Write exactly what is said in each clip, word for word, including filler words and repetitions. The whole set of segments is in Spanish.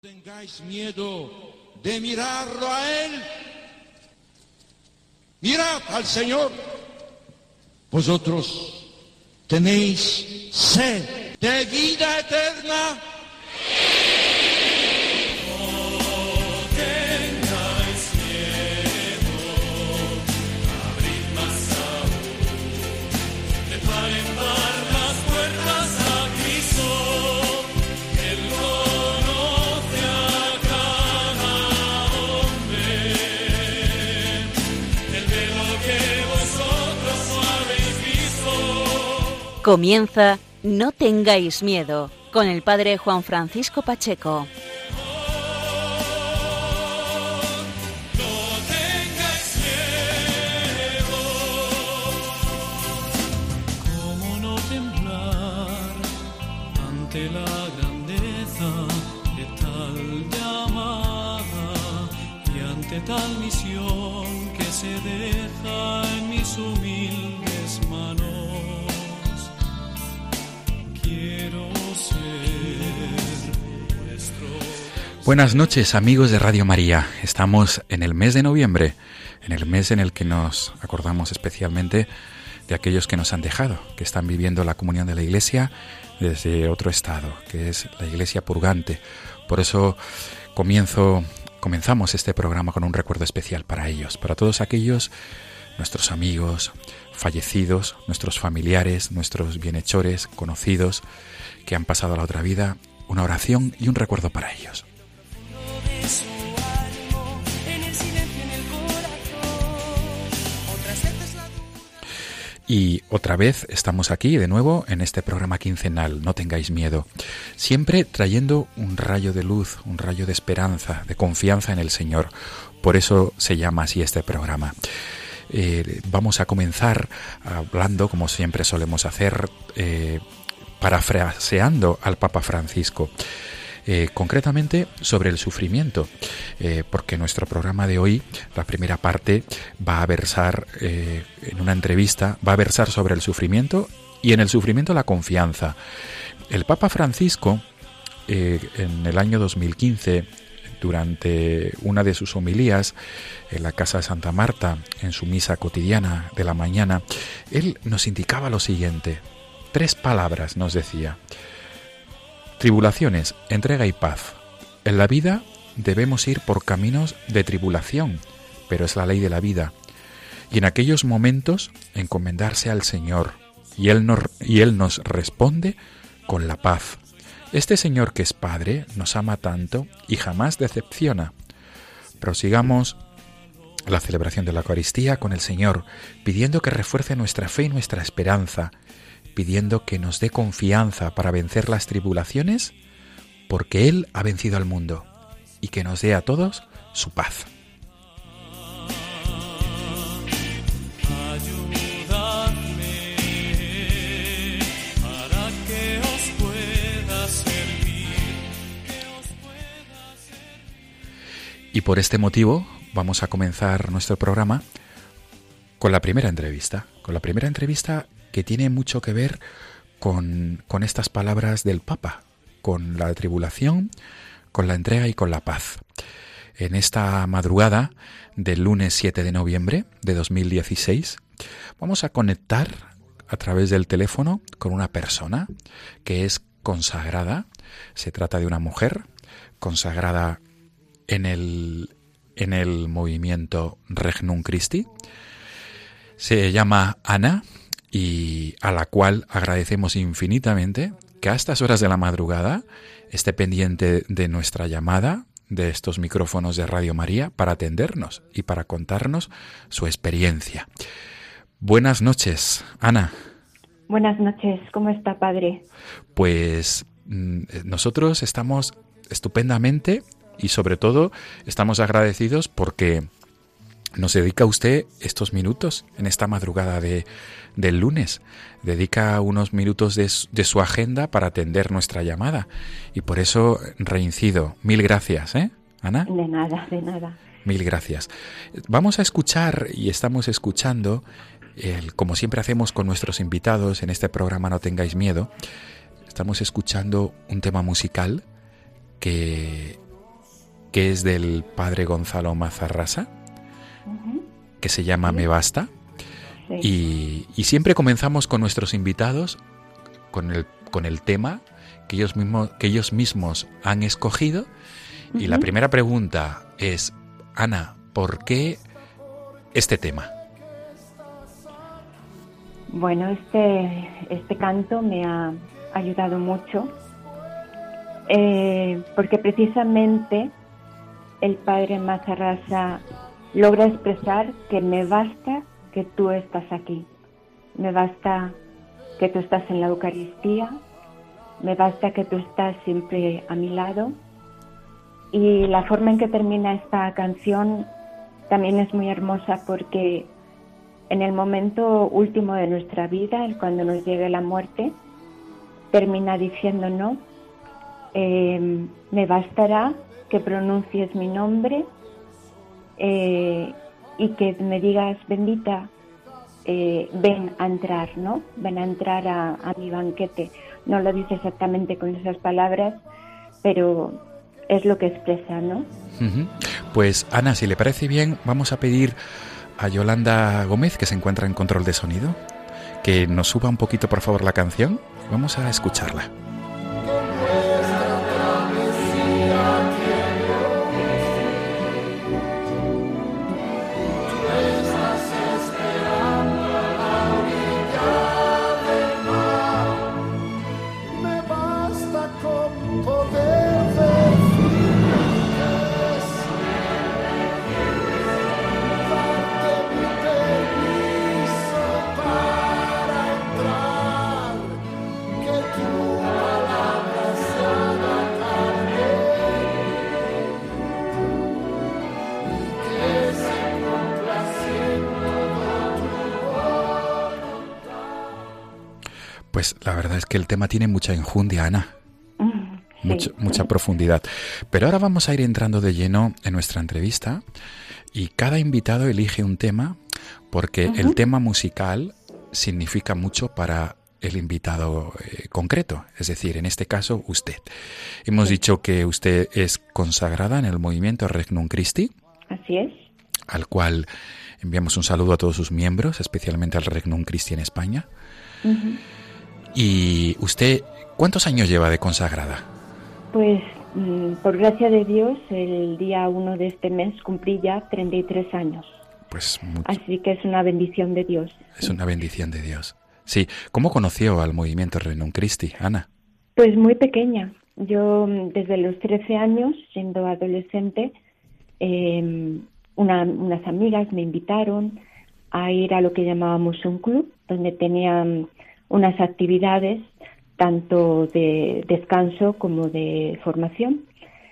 No tengáis miedo de mirarlo a Él. Mirad al Señor. Vosotros tenéis sed de vida eterna. Comienza No tengáis miedo, con el padre Juan Francisco Pacheco. ¿Cómo no temblar ante la grandeza de tal llamada y ante tal misión que se deja en mis humildes manos? Buenas noches, amigos de Radio María. Estamos en el mes de noviembre, en el mes en el que nos acordamos especialmente de aquellos que nos han dejado, que están viviendo la comunión de la Iglesia desde otro estado, que es la Iglesia purgante. Por eso comienzo, comenzamos este programa con un recuerdo especial para ellos, para todos aquellos, nuestros amigos fallecidos, nuestros familiares, nuestros bienhechores, conocidos, que han pasado a la otra vida. Una oración y un recuerdo para ellos. Y otra vez estamos aquí de nuevo en este programa quincenal, No tengáis miedo, siempre trayendo un rayo de luz, un rayo de esperanza, de confianza en el Señor. Por eso se llama así este programa. Eh, vamos a comenzar hablando, como siempre solemos hacer, eh, parafraseando al Papa Francisco. Eh, concretamente sobre el sufrimiento, eh, porque nuestro programa de hoy, la primera parte, va a versar eh, en una entrevista, va a versar sobre el sufrimiento y en el sufrimiento la confianza. El Papa Francisco, eh, en el año dos mil quince, durante una de sus homilías en la Casa de Santa Marta, en su misa cotidiana de la mañana, él nos indicaba lo siguiente, tres palabras nos decía: tribulaciones, entrega y paz. En la vida debemos ir por caminos de tribulación, pero es la ley de la vida. Y en aquellos momentos encomendarse al Señor, y Él nos, y Él nos responde con la paz. Este Señor que es Padre nos ama tanto y jamás decepciona. Prosigamos la celebración de la Eucaristía con el Señor, pidiendo que refuerce nuestra fe y nuestra esperanza, pidiendo que nos dé confianza para vencer las tribulaciones, porque Él ha vencido al mundo, y que nos dé a todos su paz. Y por este motivo vamos a comenzar nuestro programa con la primera entrevista, con la primera entrevista que tiene mucho que ver con, con estas palabras del Papa, con la tribulación, con la entrega y con la paz. En esta madrugada del lunes siete de noviembre de dos mil dieciséis vamos a conectar a través del teléfono con una persona que es consagrada. Se trata de una mujer consagrada en el, en el movimiento Regnum Christi. Se llama Ana, y a la cual agradecemos infinitamente que a estas horas de la madrugada esté pendiente de nuestra llamada, de estos micrófonos de Radio María, para atendernos y para contarnos su experiencia. Buenas noches, Ana. Buenas noches, ¿cómo está, padre? Pues nosotros estamos estupendamente y sobre todo estamos agradecidos porque nos dedica usted estos minutos en esta madrugada de, del lunes. Dedica unos minutos de, de su agenda para atender nuestra llamada. Y por eso reincido. Mil gracias, ¿eh, Ana? De nada, de nada. Mil gracias. Vamos a escuchar y estamos escuchando, el, como siempre hacemos con nuestros invitados en este programa No tengáis miedo, estamos escuchando un tema musical que que es del padre Gonzalo Mazarrasa, uh-huh. que se llama ¿Sí? Me Basta. Sí. Y, y siempre comenzamos con nuestros invitados con el, con el tema que ellos mismos, que ellos mismos han escogido. Uh-huh. Y la primera pregunta es, Ana, ¿por qué este tema? Bueno, este, este canto me ha ayudado mucho eh, porque precisamente el padre Mazarrasa logra expresar que me basta que tú estás aquí, me basta que tú estás en la Eucaristía, me basta que tú estás siempre a mi lado. Y la forma en que termina esta canción también es muy hermosa porque en el momento último de nuestra vida, cuando nos llegue la muerte, termina diciéndonos, eh, me bastará que pronuncies mi nombre eh, y que me digas, bendita, eh, ven a entrar, ¿no? Ven a entrar a, a mi banquete. No lo dice exactamente con esas palabras, pero es lo que expresa, ¿no? Uh-huh. Pues, Ana, si le parece bien, vamos a pedir a Yolanda Gómez, que se encuentra en control de sonido, que nos suba un poquito, por favor, la canción. Vamos a escucharla. Pues la verdad es que el tema tiene mucha enjundia, Ana. Sí. Mucha, mucha profundidad. Pero ahora vamos a ir entrando de lleno en nuestra entrevista y cada invitado elige un tema porque uh-huh. el tema musical significa mucho para el invitado eh, concreto, es decir, en este caso usted. Hemos sí. dicho que usted es consagrada en el movimiento Regnum Christi. Así es. Al cual enviamos un saludo a todos sus miembros, especialmente al Regnum Christi en España. Uh-huh. ¿Y usted cuántos años lleva de consagrada? Pues, por gracia de Dios, el día uno de este mes cumplí ya treinta y tres años. Pues mucho. Así que es una bendición de Dios. Es una bendición de Dios. Sí. ¿Cómo conoció al movimiento Regnum Christi, Ana? Pues muy pequeña. Yo, desde los trece años, siendo adolescente, eh, una, unas amigas me invitaron a ir a lo que llamábamos un club, donde tenían unas actividades tanto de descanso como de formación.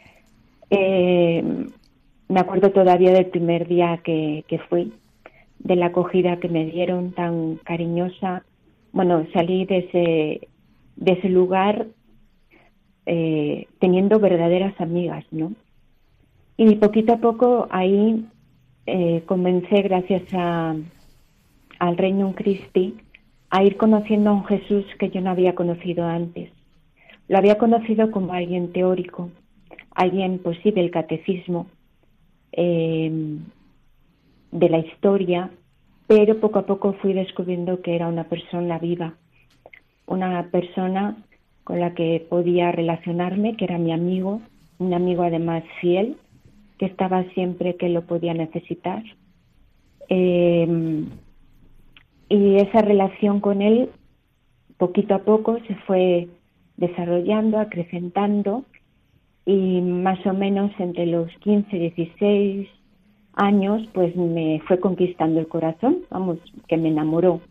Eh, me acuerdo todavía del primer día que, que fui, de la acogida que me dieron tan cariñosa. Bueno, salí de ese, de ese lugar eh, teniendo verdaderas amigas, ¿no? Y poquito a poco ahí eh, comencé, gracias a, al Regnum Christi, a ir conociendo a un Jesús que yo no había conocido antes. Lo había conocido como alguien teórico, alguien, pues sí, del catecismo, eh, de la historia, pero poco a poco fui descubriendo que era una persona viva, una persona con la que podía relacionarme, que era mi amigo, un amigo además fiel, que estaba siempre que lo podía necesitar. Eh, Y esa relación con él, poquito a poco, se fue desarrollando, acrecentando, y más o menos entre los quince, dieciséis años, pues me fue conquistando el corazón, vamos, que me enamoró.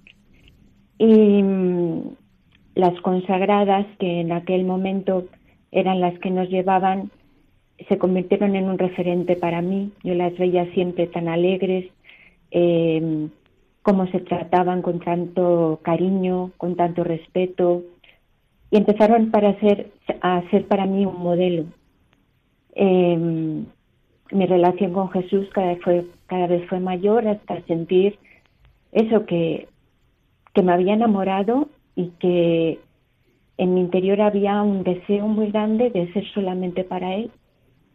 Y mmm, las consagradas, que en aquel momento eran las que nos llevaban, se convirtieron en un referente para mí. Yo las veía siempre tan alegres, eh, cómo se trataban con tanto cariño, con tanto respeto, y empezaron para ser, a ser para mí un modelo. Eh, mi relación con Jesús cada vez fue, cada vez fue mayor hasta sentir eso, que, que me había enamorado y que en mi interior había un deseo muy grande de ser solamente para Él.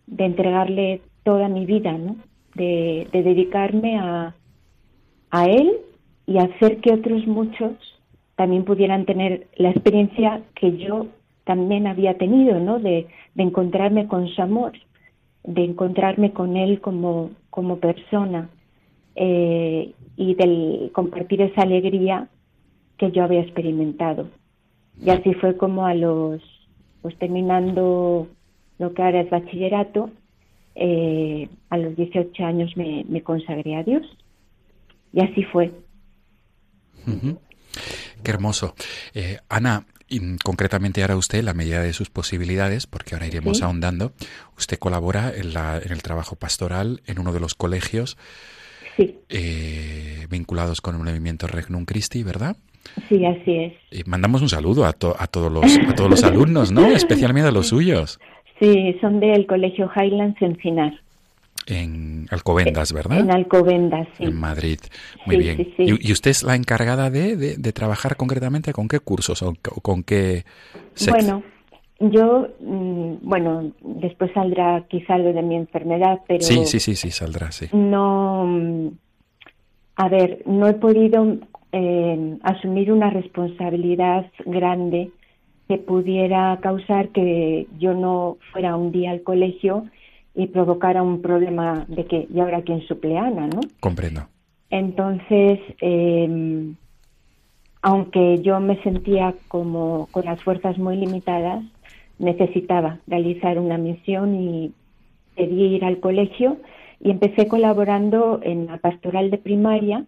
de entregarle toda mi vida, ¿no? De, de dedicarme a, a él y hacer que otros muchos también pudieran tener la experiencia que yo también había tenido, ¿no? De, de encontrarme con su amor, de encontrarme con él como, como persona, eh, y del compartir esa alegría que yo había experimentado. Y así fue como a los, pues terminando lo que ahora es bachillerato, eh, a los dieciocho años me, me consagré a Dios. Y así fue. Uh-huh. Qué hermoso. Eh, Ana, y concretamente ahora usted, en la medida de sus posibilidades, porque ahora iremos ¿Sí? ahondando, usted colabora en, la, en el trabajo pastoral en uno de los colegios sí. eh, vinculados con el movimiento Regnum Christi, ¿verdad? Sí, así es. Y mandamos un saludo a, to, a, todos los, a todos los alumnos, ¿no? Especialmente a los suyos. Sí, son del Colegio Highlands Encinar. En Alcobendas, ¿verdad? En Alcobendas, sí. En Madrid. Muy sí, bien. Sí, sí. ¿Y, ¿Y usted es la encargada de, de, de trabajar concretamente con qué cursos o, o con qué sección? Bueno, yo, mmm, bueno, después saldrá quizá lo de mi enfermedad, pero... Sí, sí, sí, sí, saldrá, sí. No, a ver, no he podido eh, asumir una responsabilidad grande que pudiera causar que yo no fuera un día al colegio y provocara un problema de que, ¿y ahora quién suple a Ana, no? Comprendo. Entonces, eh, aunque yo me sentía como con las fuerzas muy limitadas, necesitaba realizar una misión y pedí ir al colegio y empecé colaborando en la pastoral de primaria,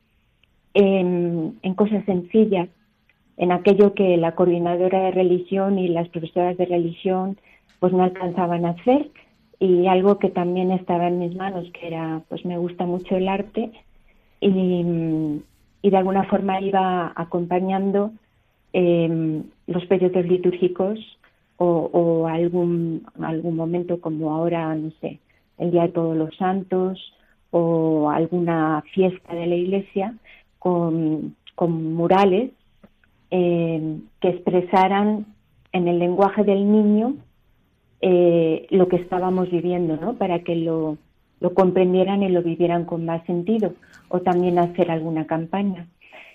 en, en cosas sencillas, en aquello que la coordinadora de religión y las profesoras de religión pues no alcanzaban a hacer, y algo que también estaba en mis manos, que era, pues me gusta mucho el arte, y, y de alguna forma iba acompañando eh, los periodos litúrgicos o, o algún, algún momento como ahora, no sé, el Día de Todos los Santos o alguna fiesta de la Iglesia con, con murales eh, que expresaran en el lenguaje del niño Eh, lo que estábamos viviendo, ¿no? Para que lo, lo comprendieran y lo vivieran con más sentido, o también hacer alguna campaña.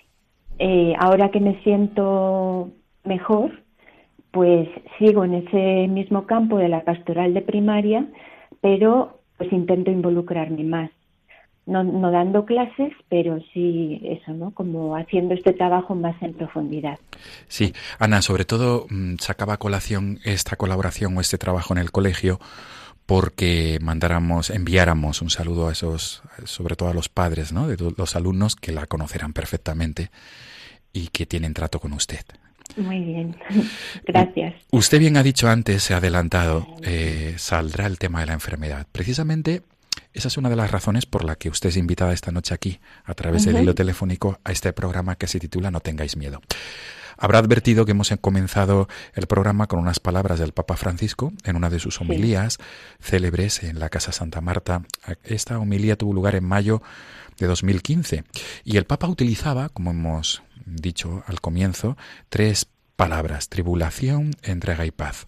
Eh, ahora que me siento mejor, pues sigo en ese mismo campo de la pastoral de primaria, pero pues intento involucrarme más. No, no dando clases, pero sí eso, ¿no? Como haciendo este trabajo más en profundidad. Sí, Ana, sobre todo mmm, sacaba a colación esta colaboración o este trabajo en el colegio porque mandáramos, enviáramos un saludo a esos, sobre todo a los padres, ¿no? De los alumnos que la conocerán perfectamente y que tienen trato con usted. Muy bien, gracias. Usted bien ha dicho antes, se ha adelantado, eh, saldrá el tema de la enfermedad. Precisamente esa es una de las razones por la que usted es invitada esta noche aquí, a través uh-huh. del hilo telefónico, a este programa que se titula No tengáis miedo. Habrá advertido que hemos comenzado el programa con unas palabras del Papa Francisco en una de sus homilías sí. célebres en la Casa Santa Marta. Esta homilía tuvo lugar en mayo de dos mil quince y el Papa utilizaba, como hemos dicho al comienzo, tres palabras: tribulación, entrega y paz.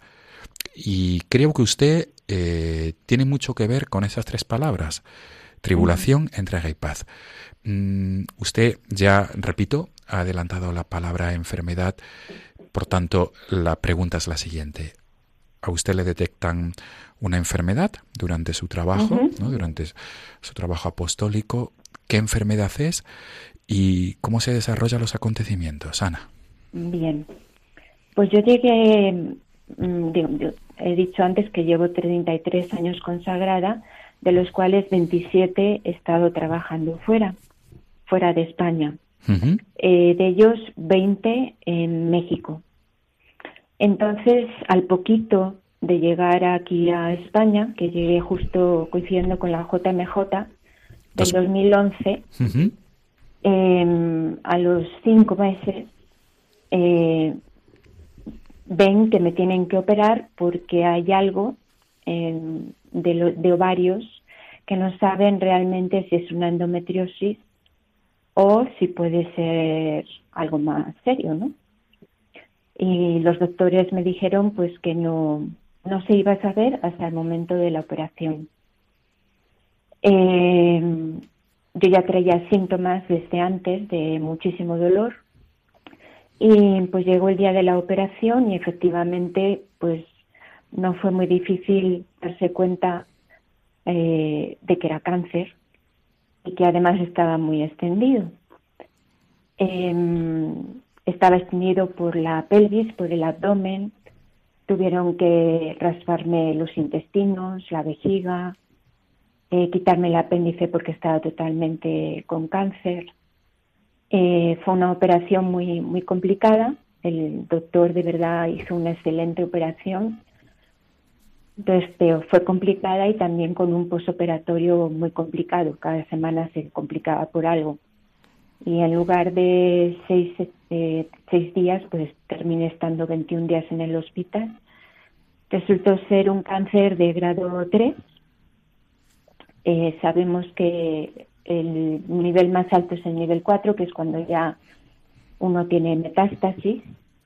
Y creo que usted eh, tiene mucho que ver con esas tres palabras: tribulación, uh-huh. entrega y paz. Mm, usted ya, repito, ha adelantado la palabra enfermedad, por tanto la pregunta es la siguiente: ¿a usted le detectan una enfermedad durante su trabajo, uh-huh. ¿no? durante su trabajo apostólico? ¿Qué enfermedad es y cómo se desarrollan los acontecimientos, Ana? Bien, pues yo llegué, digo, yo he dicho antes que llevo treinta y tres años consagrada, de los cuales veintisiete he estado trabajando fuera, fuera de España. Uh-huh. Eh, de ellos veinte en México. Entonces, al poquito de llegar aquí a España, que llegué justo coincidiendo con la J M J del dos mil once, uh-huh. eh, a los cinco meses eh, ven que me tienen que operar porque hay algo eh, de, lo, de ovarios que no saben realmente si es una endometriosis o si puede ser algo más serio, ¿no? Y los doctores me dijeron pues que no, no se iba a saber hasta el momento de la operación. Eh, yo ya traía síntomas desde antes de muchísimo dolor y pues llegó el día de la operación y efectivamente pues no fue muy difícil darse cuenta eh, de que era cáncer y que además estaba muy extendido. Eh, estaba extendido por la pelvis, por el abdomen. Tuvieron que rasparme los intestinos, la vejiga, eh, quitarme el apéndice porque estaba totalmente con cáncer. Eh, fue una operación muy, muy complicada. El doctor de verdad hizo una excelente operación. Entonces, pero fue complicada y también con un posoperatorio muy complicado. Cada semana se complicaba por algo. Y en lugar de seis, eh, seis días, pues terminé estando veintiún días en el hospital. Resultó ser un cáncer de grado tres. Eh, sabemos que el nivel más alto es el nivel cuatro, que es cuando ya uno tiene metástasis.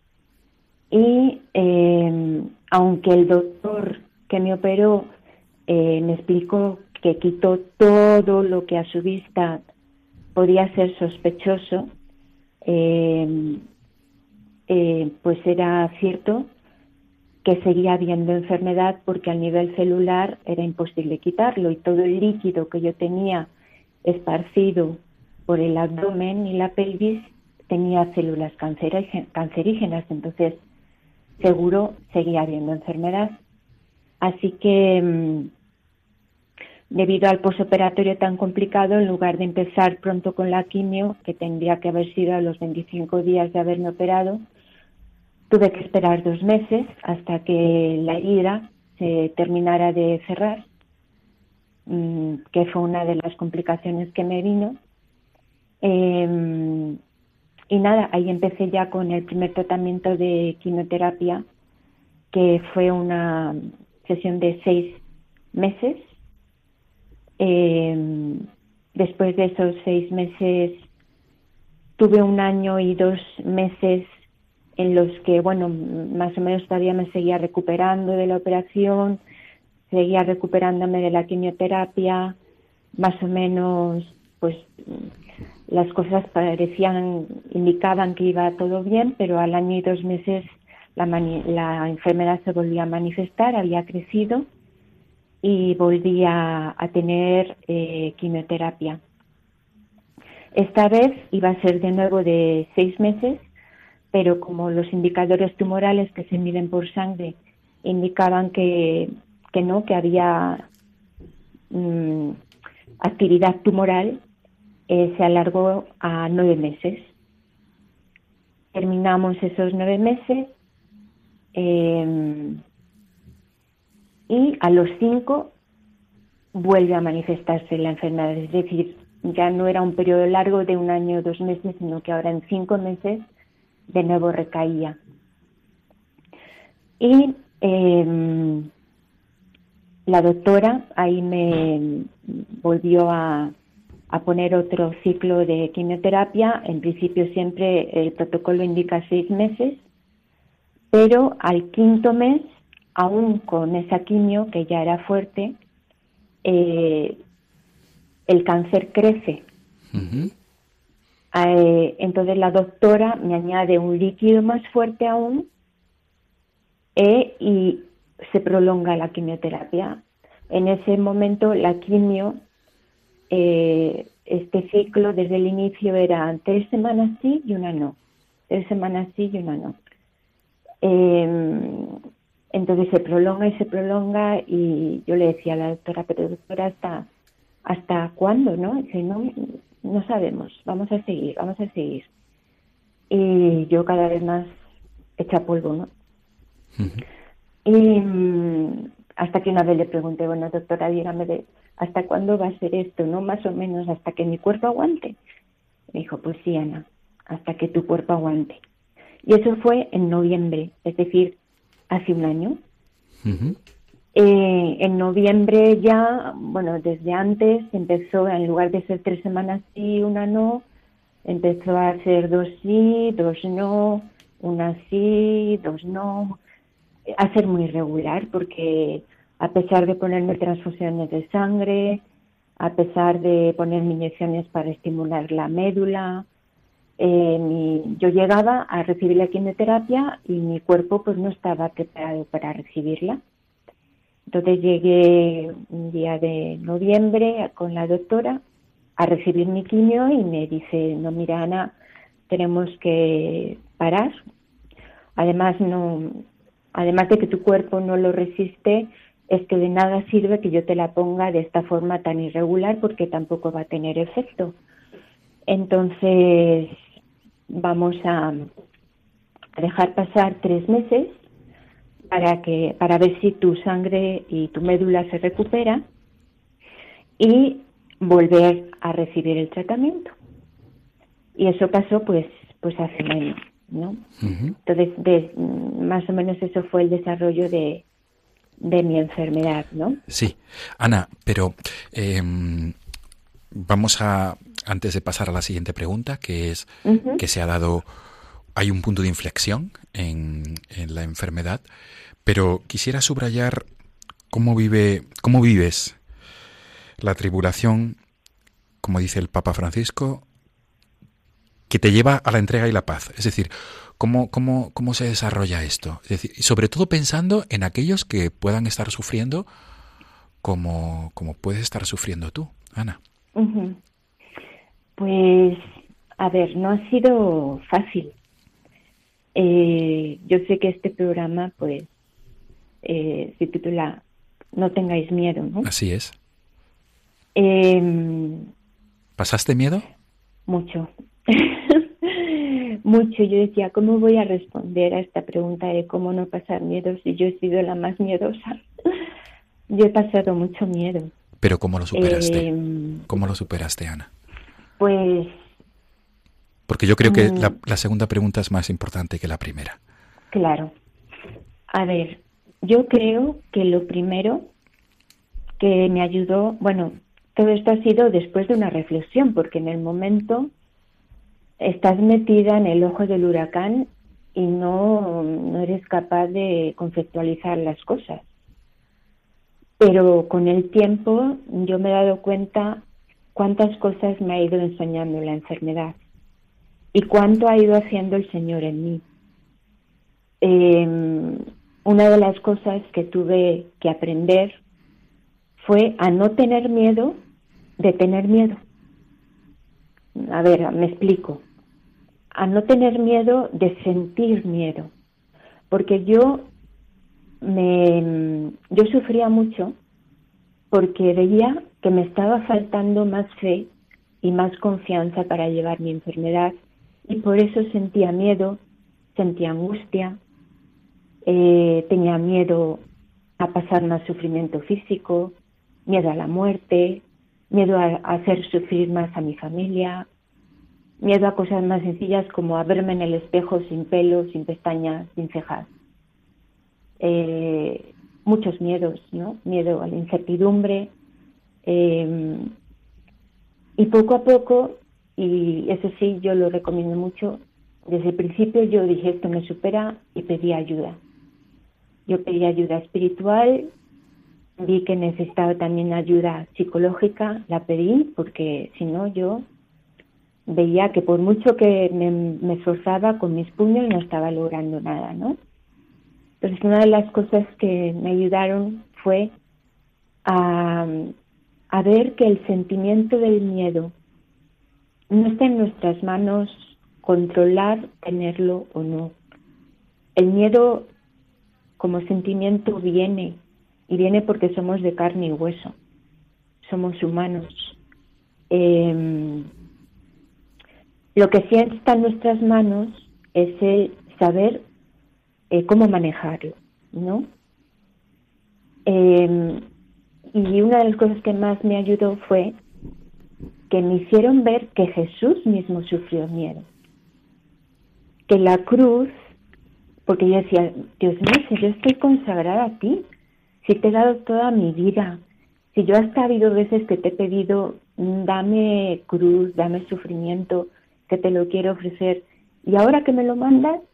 Y eh, aunque el doctor que me operó eh, me explicó que quitó todo lo que a su vista podía ser sospechoso, eh, eh, pues era cierto que seguía habiendo enfermedad porque al nivel celular era imposible quitarlo y todo el líquido que yo tenía esparcido por el abdomen y la pelvis tenía células cancerígenas, entonces seguro seguía habiendo enfermedad. Así que debido al posoperatorio tan complicado, en lugar de empezar pronto con la quimio, que tendría que haber sido a los veinticinco días de haberme operado, tuve que esperar dos meses hasta que la herida se terminara de cerrar, que fue una de las complicaciones que me vino. Eh, y nada, ahí empecé ya con el primer tratamiento de quimioterapia, que fue una sesión de seis meses. Eh, después de esos seis meses tuve un año y dos meses en los que, bueno, más o menos todavía me seguía recuperando de la operación, seguía recuperándome de la quimioterapia, más o menos, pues las cosas parecían, indicaban que iba todo bien, pero al año y dos meses la, mani- la enfermedad se volvía a manifestar, había crecido y volví a, a tener eh, quimioterapia. Esta vez iba a ser de nuevo de seis meses, pero como los indicadores tumorales que se miden por sangre indicaban que, que no, que había mmm, actividad tumoral, eh, se alargó a nueve meses. Terminamos esos nueve meses eh, y a los cinco vuelve a manifestarse la enfermedad, es decir, ya no era un periodo largo de un año o dos meses, sino que ahora en cinco meses de nuevo recaía. Y eh, la doctora ahí me volvió a, a poner otro ciclo de quimioterapia. En principio siempre el protocolo indica seis meses, pero al quinto mes, aún con esa quimio que ya era fuerte, eh, el cáncer crece. Uh-huh. Eh, entonces la doctora me añade un líquido más fuerte aún eh, y se prolonga la quimioterapia. En ese momento la quimio, eh, este ciclo desde el inicio era tres semanas sí y una no, tres semanas sí y una no. Eh, entonces se prolonga y se prolonga y yo le decía a la doctora, pero doctora, ¿hasta, hasta cuándo? ¿No? Dice, no, no sabemos, vamos a seguir, vamos a seguir. Y yo cada vez más hecha polvo, ¿no? Uh-huh. Y um, hasta que una vez le pregunté, bueno, doctora, dígame, de, ¿hasta cuándo va a ser esto? ¿No? Más o menos hasta que mi cuerpo aguante. Me dijo, pues sí, Ana, hasta que tu cuerpo aguante. Y eso fue en noviembre, es decir, hace un año. Uh-huh. Eh, en noviembre ya, bueno, desde antes empezó, en lugar de ser tres semanas sí, una no, empezó a ser dos sí, dos no, una sí, dos no. a ser muy irregular, porque a pesar de ponerme transfusiones de sangre, a pesar de ponerme inyecciones para estimular la médula, eh, mi, yo llegaba a recibir la quimioterapia y mi cuerpo pues no estaba preparado para recibirla. Entonces llegué un día de noviembre con la doctora a recibir mi quimio y me dice, no, mira, Ana, tenemos que parar. Además, no, además de que tu cuerpo no lo resiste, es que de nada sirve que yo te la ponga de esta forma tan irregular porque tampoco va a tener efecto. Entonces, vamos a dejar pasar tres meses para que para ver si tu sangre y tu médula se recupera y volver a recibir el tratamiento. Y eso pasó pues pues hace un año, ¿no? Uh-huh. Entonces, de, más o menos eso fue el desarrollo de de mi enfermedad, ¿no? Sí, Ana, pero eh, vamos a, antes de pasar a la siguiente pregunta, que es uh-huh. que se ha dado, hay un punto de inflexión en, en la enfermedad, pero quisiera subrayar cómo vive, cómo vives la tribulación, como dice el Papa Francisco, que te lleva a la entrega y la paz. Es decir, ¿Cómo, cómo, ¿Cómo se desarrolla esto? Es decir, y sobre todo pensando en aquellos que puedan estar sufriendo como, como puedes estar sufriendo tú, Ana. Uh-huh. Pues, a ver, no ha sido fácil. Eh, yo sé que este programa, pues, eh, se titula No tengáis miedo, ¿no? Así es. Eh, ¿Pasaste miedo? Mucho. Mucho. Yo decía, ¿cómo voy a responder a esta pregunta de cómo no pasar miedo si yo he sido la más miedosa? Yo he pasado mucho miedo. ¿Pero cómo lo superaste? Eh, ¿Cómo lo superaste, Ana? Pues... Porque yo creo que la, la segunda pregunta es más importante que la primera. Claro. A ver, yo creo que lo primero que me ayudó... Bueno, todo esto ha sido después de una reflexión, porque en el momento... estás metida en el ojo del huracán y no, no eres capaz de conceptualizar las cosas. Pero con el tiempo yo me he dado cuenta cuántas cosas me ha ido enseñando la enfermedad y cuánto ha ido haciendo el Señor en mí. Eh, una de las cosas que tuve que aprender fue a no tener miedo de tener miedo. A ver, me explico. A no tener miedo de sentir miedo. Porque yo me yo sufría mucho porque veía que me estaba faltando más fe y más confianza para llevar mi enfermedad y por eso sentía miedo, sentía angustia, eh, tenía miedo a pasar más sufrimiento físico, miedo a la muerte, miedo a, a hacer sufrir más a mi familia, miedo a cosas más sencillas como a verme en el espejo sin pelo, sin pestañas, sin cejas. Eh, muchos miedos, ¿no? Miedo a la incertidumbre. Eh, y poco a poco, y eso sí, yo lo recomiendo mucho, desde el principio yo dije, esto me supera y pedí ayuda. Yo pedí ayuda espiritual, vi que necesitaba también ayuda psicológica, la pedí porque si no yo... veía que por mucho que me, me esforzaba con mis puños no estaba logrando nada, ¿no? Entonces una de las cosas que me ayudaron fue a, a ver que el sentimiento del miedo no está en nuestras manos controlar, tenerlo o no. El miedo como sentimiento viene, y viene porque somos de carne y hueso, somos humanos. Eh, Lo que sí está en nuestras manos es el saber eh, cómo manejarlo, ¿no? Eh, y una de las cosas que más me ayudó fue que me hicieron ver que Jesús mismo sufrió miedo. Que la cruz, porque yo decía, Dios mío, si yo estoy consagrada a ti, si te he dado toda mi vida, si yo hasta ha habido veces que te he pedido, dame cruz, dame sufrimiento, que te lo quiero ofrecer, y ahora que me lo mandas,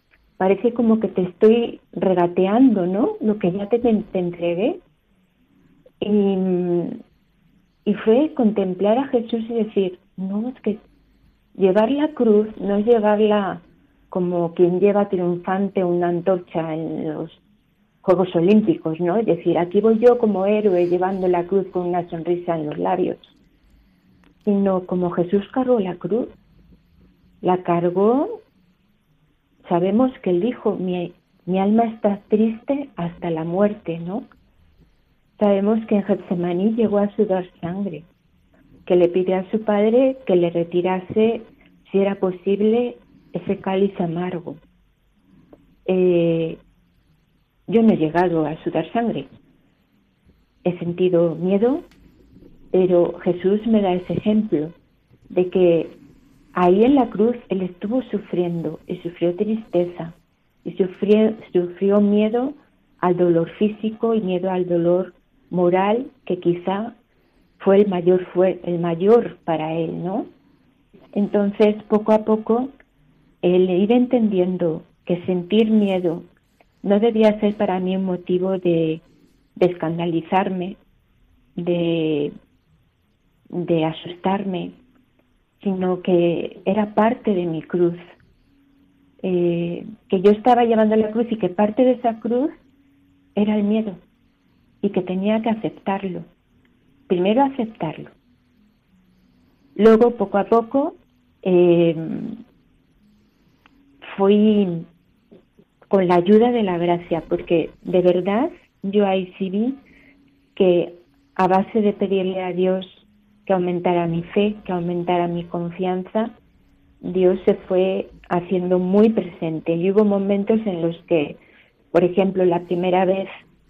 parece como que te estoy regateando, ¿no? Lo que ya te, te entregué. Y, y fue contemplar a Jesús y decir, no, es que llevar la cruz no es llevarla como quien lleva triunfante una antorcha en los Juegos Olímpicos, ¿no? Es decir, aquí voy yo como héroe llevando la cruz con una sonrisa en los labios, sino como Jesús cargó la cruz, la cargó. Sabemos que él dijo, mi, mi alma está triste hasta la muerte, ¿no? Sabemos que en Getsemaní llegó a sudar sangre, que le pidió a su padre que le retirase, si era posible, ese cáliz amargo. Eh, yo no he llegado a sudar sangre, he sentido miedo, pero Jesús me da ese ejemplo de que ahí en la cruz él estuvo sufriendo y sufrió tristeza y sufrió, sufrió miedo al dolor físico y miedo al dolor moral, que quizá fue el mayor, fue el mayor para él, ¿no? Entonces, poco a poco, el ir entendiendo que sentir miedo no debía ser para mí un motivo de, de escandalizarme, de, de asustarme, sino que era parte de mi cruz, eh, que yo estaba llevando la cruz y que parte de esa cruz era el miedo y que tenía que aceptarlo. Primero aceptarlo. Luego, poco a poco, eh, fui con la ayuda de la gracia, porque de verdad yo ahí sí vi que a base de pedirle a Dios que aumentara mi fe, que aumentara mi confianza, Dios se fue haciendo muy presente. Y hubo momentos en los que, por ejemplo, la primera vez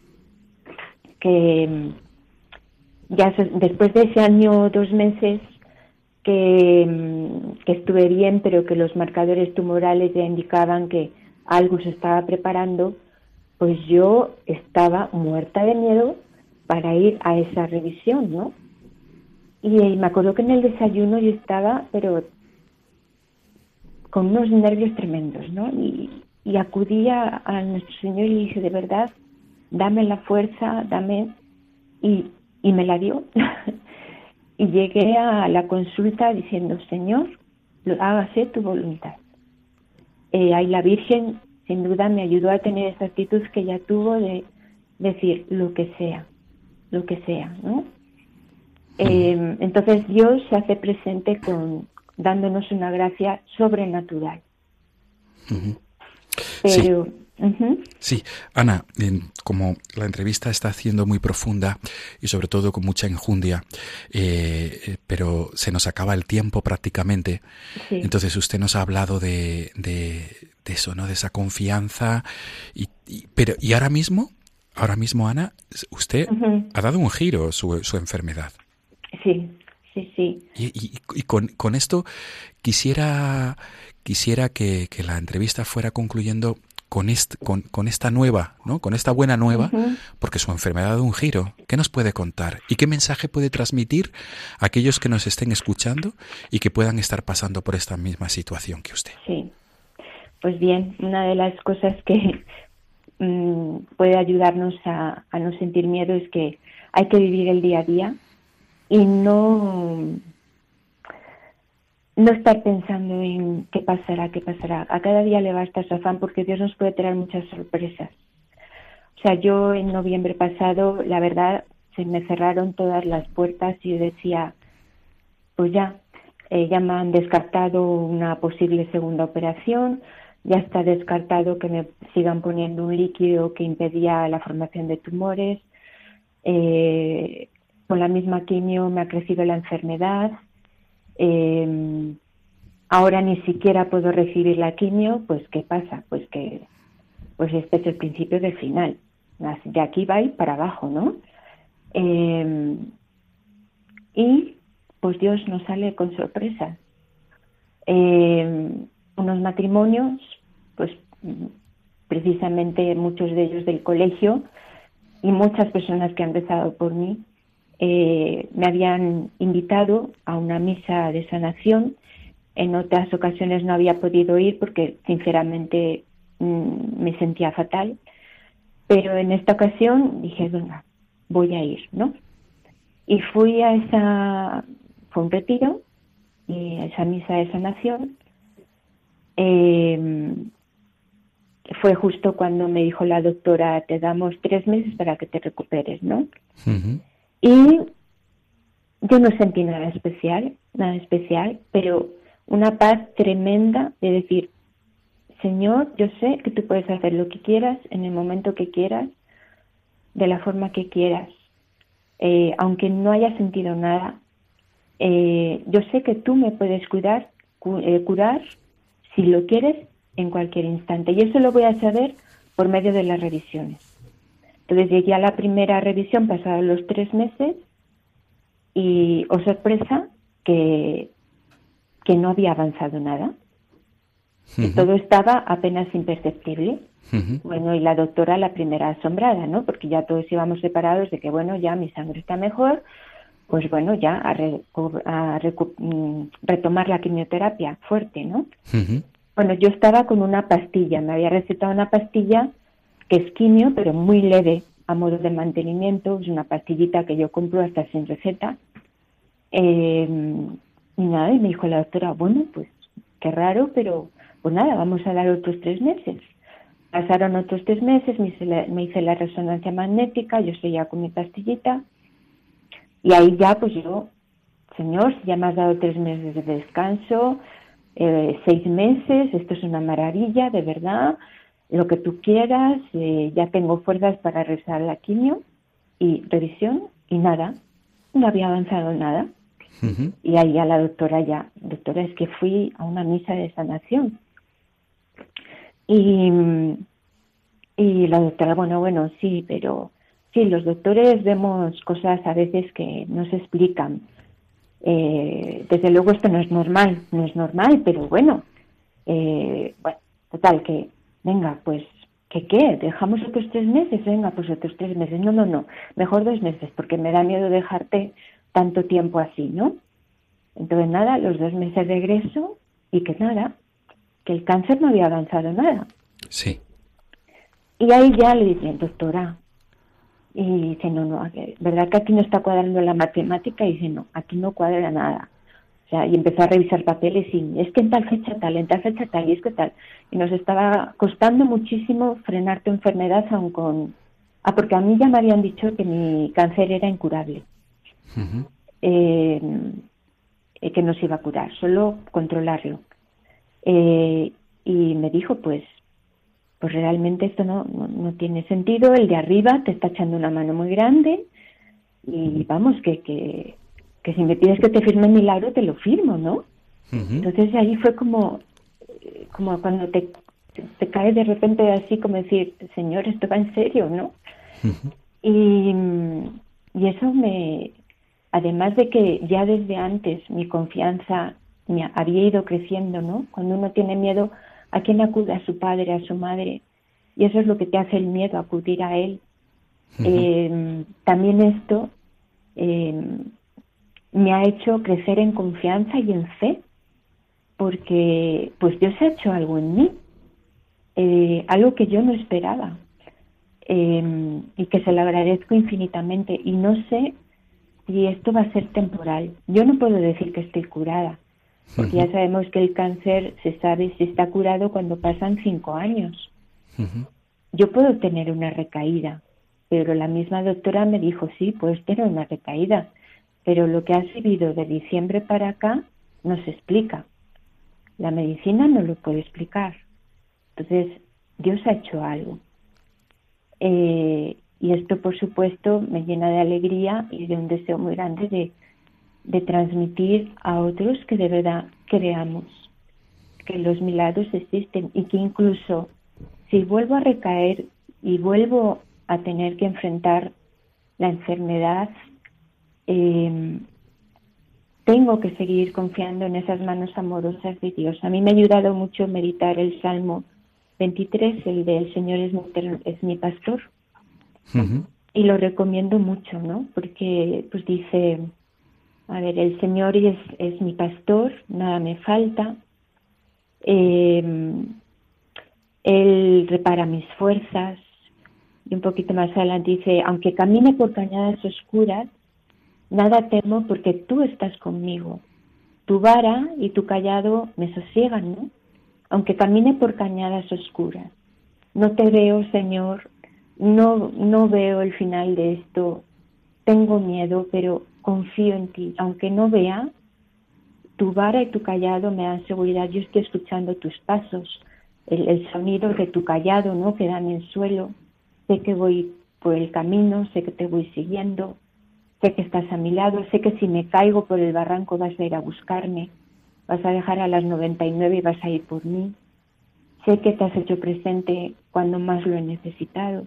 que, ya después de ese año o dos meses que, que estuve bien, pero que los marcadores tumorales ya indicaban que algo se estaba preparando, pues yo estaba muerta de miedo para ir a esa revisión, ¿no? Y me acuerdo que en el desayuno yo estaba, pero con unos nervios tremendos, ¿no? Y, y acudí a, a nuestro Señor y le dije, de verdad, dame la fuerza, dame... Y, y me la dio. Y llegué a la consulta diciendo, Señor, hágase tu voluntad. Eh, ahí la Virgen, sin duda, me ayudó a tener esa actitud que ella tuvo de decir, lo que sea, lo que sea, ¿no? Eh, entonces Dios se hace presente con dándonos una gracia sobrenatural. Uh-huh. Pero sí. Uh-huh. Sí, Ana, como la entrevista está siendo muy profunda y sobre todo con mucha enjundia, eh, pero se nos acaba el tiempo prácticamente. Sí. Entonces usted nos ha hablado de, de, de eso, ¿no? De esa confianza. Y, y, pero y ahora mismo, ahora mismo, Ana, usted uh-huh. ha dado un giro su, su enfermedad. Sí, sí, sí. Y, y, y con, con esto quisiera quisiera que, que la entrevista fuera concluyendo con, este, con, con esta nueva, ¿no? Con esta buena nueva, uh-huh. porque su enfermedad ha dado un giro. ¿Qué nos puede contar? ¿Y qué mensaje puede transmitir a aquellos que nos estén escuchando y que puedan estar pasando por esta misma situación que usted? Sí, pues bien, una de las cosas que mmm, puede ayudarnos a, a no sentir miedo es que hay que vivir el día a día y no... no estar pensando en qué pasará, qué pasará. A cada día le basta su afán porque Dios nos puede traer muchas sorpresas. O sea, yo en noviembre pasado, la verdad, se me cerraron todas las puertas y yo decía, pues ya, eh, ya me han descartado una posible segunda operación, ya está descartado que me sigan poniendo un líquido que impedía la formación de tumores, eh, con la misma quimio me ha crecido la enfermedad. Eh, ahora ni siquiera puedo recibir la quimio, pues ¿qué pasa? Pues que pues este es el principio del final. De aquí va y para abajo, ¿no? Eh, y pues Dios nos sale con sorpresas. Eh, unos matrimonios, pues precisamente muchos de ellos del colegio y muchas personas que han rezado por mí, Eh, me habían invitado a una misa de sanación. En otras ocasiones no había podido ir porque sinceramente mmm, me sentía fatal, pero en esta ocasión dije, venga, voy a ir, ¿no? Y fui a esa, fue un retiro, y a esa misa de sanación. Eh, fue justo cuando me dijo la doctora, te damos tres meses para que te recuperes, ¿no? Uh-huh. Y yo no sentí nada especial, nada especial, pero una paz tremenda de decir, Señor, yo sé que tú puedes hacer lo que quieras, en el momento que quieras, de la forma que quieras. Eh, aunque no haya sentido nada, eh, yo sé que tú me puedes cuidar, cu- eh, curar, si lo quieres, en cualquier instante. Y eso lo voy a saber por medio de las revisiones. Entonces llegué a la primera revisión pasados los tres meses y, oh sorpresa, que, que no había avanzado nada. Uh-huh. Y todo estaba apenas imperceptible. Uh-huh. Bueno, y la doctora la primera asombrada, ¿no? Porque ya todos íbamos separados de que, bueno, ya mi sangre está mejor, pues bueno, ya a, re, a recu- retomar la quimioterapia fuerte, ¿no? Uh-huh. Bueno, yo estaba con una pastilla, me había recetado una pastilla que es quimio, pero muy leve, a modo de mantenimiento, es una pastillita que yo compro hasta sin receta. Eh, y nada, y me dijo la doctora, bueno, pues qué raro, pero pues nada, vamos a dar otros tres meses. Pasaron otros tres meses, me hice la, me hice la resonancia magnética, yo seguía con mi pastillita, y ahí ya, pues yo, Señor, si ya me has dado tres meses de descanso, eh, seis meses, esto es una maravilla, de verdad, lo que tú quieras, eh, ya tengo fuerzas para realizar la quimio, y revisión, y nada, no había avanzado nada. Uh-huh. Y ahí a la doctora ya, doctora, es que fui a una misa de sanación. Y, y la doctora, bueno, bueno, sí, pero sí, los doctores vemos cosas a veces que no se explican. Eh, desde luego esto no es normal, no es normal, pero bueno, eh, bueno, total, que venga, pues, ¿que qué? ¿Dejamos otros tres meses? Venga, pues otros tres meses. No, no, no, mejor dos meses, porque me da miedo dejarte tanto tiempo así, ¿no? Entonces, nada, los dos meses regreso y que nada, que el cáncer no había avanzado nada. Sí. Y ahí ya le dije, doctora, y dice, no, no, ¿verdad que aquí no está cuadrando la matemática? Y dice, no, aquí no cuadra nada. O sea, y empezó a revisar papeles y es que en tal fecha tal, en tal fecha tal, y es que tal. Y nos estaba costando muchísimo frenar tu enfermedad aun con... Ah, porque a mí ya me habían dicho que mi cáncer era incurable. Uh-huh. Eh, que no se iba a curar, solo controlarlo. Eh, y me dijo, pues, pues realmente esto no, no, no tiene sentido, el de arriba te está echando una mano muy grande y vamos, que, que, que si me pides que te firme el milagro, te lo firmo, ¿no? Uh-huh. Entonces ahí fue como, como cuando te, te cae de repente así como decir, Señor, esto va en serio, ¿no? Uh-huh. Y, y eso me... Además de que ya desde antes mi confianza me había ido creciendo, ¿no? Cuando uno tiene miedo, ¿a quién acude? A su padre, a su madre. Y eso es lo que te hace el miedo, acudir a él. Uh-huh. Eh, también esto eh, me ha hecho crecer en confianza y en fe, porque pues Dios ha hecho algo en mí, eh, algo que yo no esperaba, eh, y que se lo agradezco infinitamente. Y no sé y esto va a ser temporal. Yo no puedo decir que estoy curada, porque uh-huh. ya sabemos que el cáncer se sabe si está curado cuando pasan cinco años. Uh-huh. Yo puedo tener una recaída, pero la misma doctora me dijo, sí, puedes tener una recaída, pero lo que has vivido de diciembre para acá no se explica. La medicina no lo puede explicar. Entonces, Dios ha hecho algo. Eh... Y esto, por supuesto, me llena de alegría y de un deseo muy grande de, de transmitir a otros que de verdad creamos que los milagros existen y que incluso si vuelvo a recaer y vuelvo a tener que enfrentar la enfermedad, eh, tengo que seguir confiando en esas manos amorosas de Dios. A mí me ha ayudado mucho meditar el Salmo veintitrés, el de El Señor es mi, es mi pastor. Uh-huh. Y lo recomiendo mucho, ¿no? Porque pues dice, a ver, el Señor es, es mi pastor, nada me falta. Eh, Él repara mis fuerzas. Y un poquito más adelante dice, aunque camine por cañadas oscuras, nada temo porque tú estás conmigo. Tu vara y tu callado me sosiegan, ¿no? Aunque camine por cañadas oscuras. No te veo, Señor, no, no veo el final de esto. Tengo miedo, pero confío en ti. Aunque no vea, tu vara y tu callado me dan seguridad. Yo estoy escuchando tus pasos, el, el sonido de tu callado, ¿no? Que da en el suelo. Sé que voy por el camino, sé que te voy siguiendo, sé que estás a mi lado, sé que si me caigo por el barranco vas a ir a buscarme, vas a dejar a las noventa y nueve y vas a ir por mí. Sé que te has hecho presente cuando más lo he necesitado.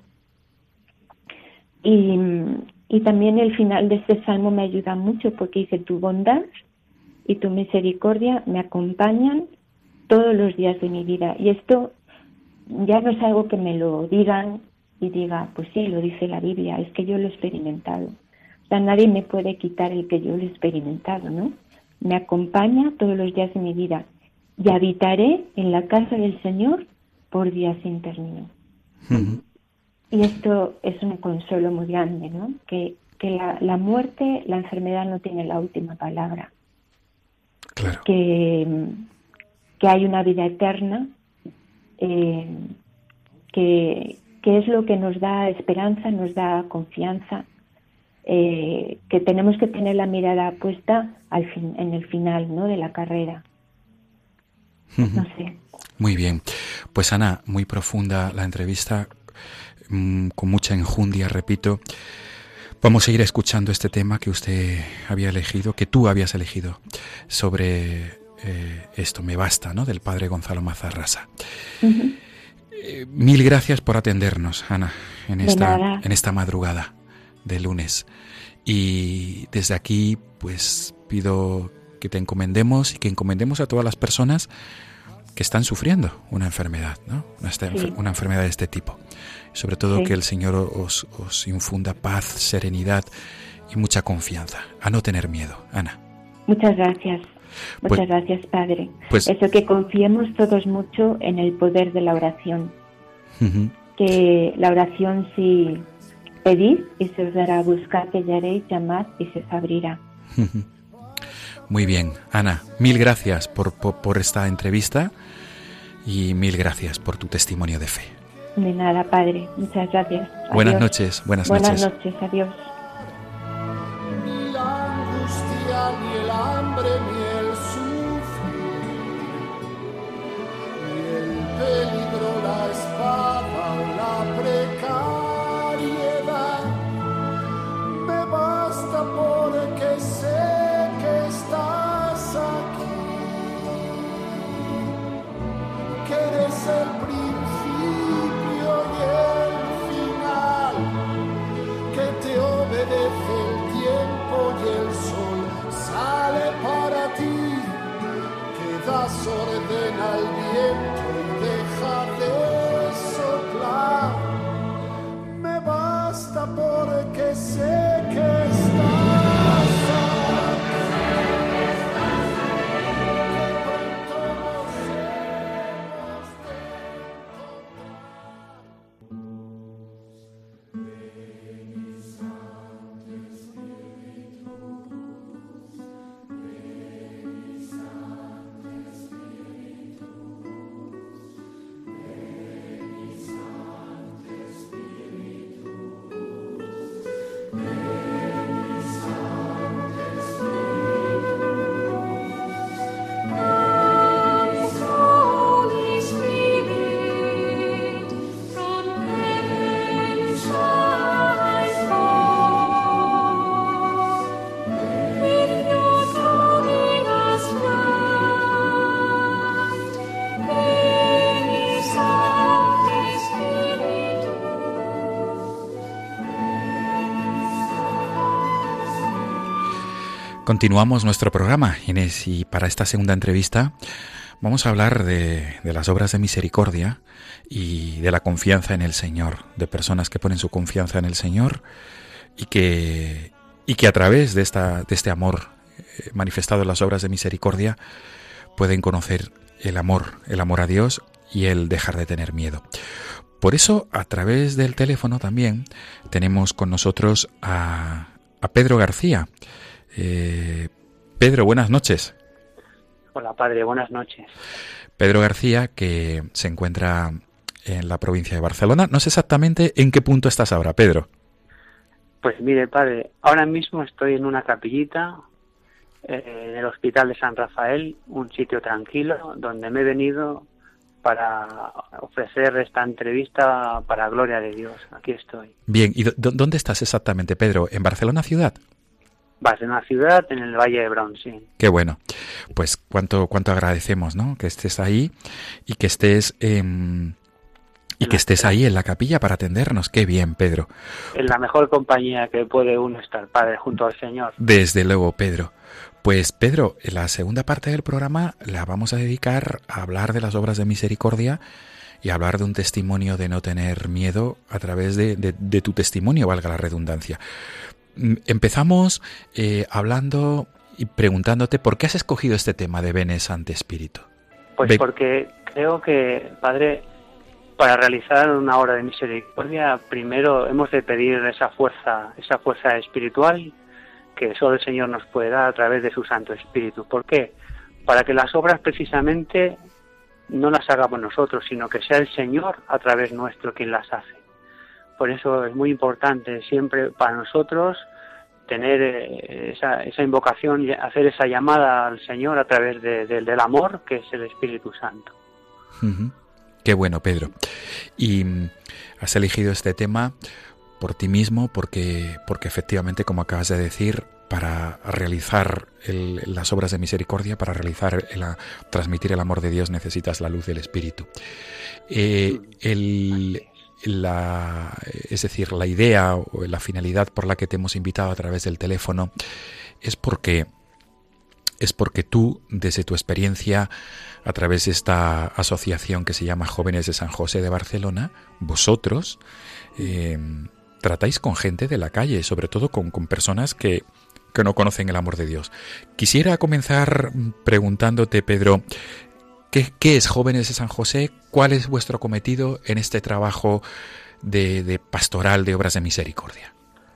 Y, y también el final de este salmo me ayuda mucho porque dice, tu bondad y tu misericordia me acompañan todos los días de mi vida. Y esto ya no es algo que me lo digan y diga, pues sí, lo dice la Biblia, es que yo lo he experimentado. O sea, nadie me puede quitar el que yo lo he experimentado, ¿no? Me acompaña todos los días de mi vida y habitaré en la casa del Señor por días sin término. Uh-huh. Y esto es un consuelo muy grande, ¿no? Que, que la, la muerte, la enfermedad no tiene la última palabra. Claro. Que, que hay una vida eterna, eh, que... que es lo que nos da esperanza, nos da confianza, eh, que tenemos que tener la mirada puesta al fin, en el final, ¿no?, de la carrera. No sé. Muy bien. Pues Ana, muy profunda la entrevista, mmm, con mucha enjundia, repito. Vamos a seguir escuchando este tema que usted había elegido, que tú habías elegido, sobre eh, esto, Me Basta, ¿no?, del padre Gonzalo Mazarrasa. Uh-huh. Eh, mil gracias por atendernos, Ana, en esta, en esta madrugada de lunes. Y desde aquí, pues pido que te encomendemos y que encomendemos a todas las personas que están sufriendo una enfermedad, ¿no? Una, sí. una enfermedad de este tipo. Sobre todo sí. Que el Señor os, os infunda paz, serenidad y mucha confianza. A no tener miedo, Ana. Muchas gracias. Muchas pues, gracias, Padre. Pues, Eso, que confiemos todos mucho en el poder de la oración. Uh-huh. Que la oración, si pedid y se os dará, buscad que hallaréis, llamad y se os abrirá. Uh-huh. Muy bien, Ana, mil gracias por, por, por esta entrevista y mil gracias por tu testimonio de fe. De nada, Padre. Muchas gracias. Adiós. Buenas noches. Buenas, buenas noches. Buenas noches. Adiós. Ni la angustia, ni el hambre, ni el peligro, la espada o la precariedad, me basta porque sé que estás aquí, que eres el principio y el final, que te obedece el tiempo y el sol sale para ti, que das orden al viento y deja de soplar. Me basta porque sé que estás aquí, que pronto nos hemos de Continuamos nuestro programa, Inés, y para esta segunda entrevista vamos a hablar de, de las obras de misericordia y de la confianza en el Señor, de personas que ponen su confianza en el Señor y que, y que a través de, esta, de este amor manifestado en las obras de misericordia pueden conocer el amor, el amor a Dios y el dejar de tener miedo. Por eso, a través del teléfono también tenemos con nosotros a, a Pedro García. Eh, Pedro, buenas noches. Hola, padre, buenas noches. Pedro García, que se encuentra en la provincia de Barcelona. No sé exactamente en qué punto estás ahora, Pedro. Pues mire, padre, ahora mismo estoy en una capillita eh, en el Hospital de San Rafael, un sitio tranquilo, donde me he venido para ofrecer esta entrevista para gloria de Dios. Aquí estoy. Bien, ¿y dónde estás exactamente, Pedro? ¿En Barcelona ciudad? Barcelona ciudad, en el Valle de Hebrón, sí. Qué bueno. Pues cuánto cuánto agradecemos, ¿no? Que estés ahí y que estés eh, y que estés ahí en la capilla para atendernos. Qué bien, Pedro. En la mejor compañía que puede uno estar, padre, junto al Señor. Desde luego, Pedro. Pues Pedro, en la segunda parte del programa la vamos a dedicar a hablar de las obras de misericordia y a hablar de un testimonio de no tener miedo a través de, de, de tu testimonio, valga la redundancia. Empezamos eh, hablando y preguntándote por qué has escogido este tema de Vene Sancte Spiritu. Pues Ve- porque creo que, padre, para realizar una obra de misericordia, primero hemos de pedir esa fuerza, esa fuerza espiritual que solo el Señor nos puede dar a través de su Santo Espíritu. ¿Por qué? Para que las obras precisamente no las hagamos nosotros, sino que sea el Señor a través nuestro quien las hace. Por eso es muy importante siempre para nosotros tener esa, esa invocación, hacer esa llamada al Señor a través de, de, del amor, que es el Espíritu Santo. Uh-huh. Qué bueno, Pedro. Y has elegido este tema por ti mismo, porque, porque efectivamente, como acabas de decir, para realizar el, las obras de misericordia, para realizar el, transmitir el amor de Dios, necesitas la luz del Espíritu. Eh, el, la, es decir, la idea o la finalidad por la que te hemos invitado a través del teléfono es porque es porque tú, desde tu experiencia, a través de esta asociación que se llama Jóvenes de San José de Barcelona, vosotros eh, tratáis con gente de la calle, sobre todo con, con personas que, que no conocen el amor de Dios. Quisiera comenzar preguntándote, Pedro, ¿qué, qué es Jóvenes de San José? ¿Cuál es vuestro cometido en este trabajo de, de pastoral de obras de misericordia?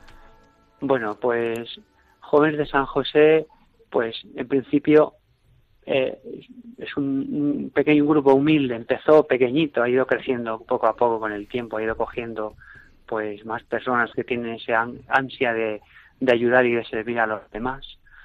Bueno, pues Jóvenes de San José, pues en principio eh, es un, un pequeño grupo humilde, empezó pequeñito, ha ido creciendo poco a poco con el tiempo, ha ido cogiendo pues más personas que tienen esa ansia de, de ayudar y de servir a los demás.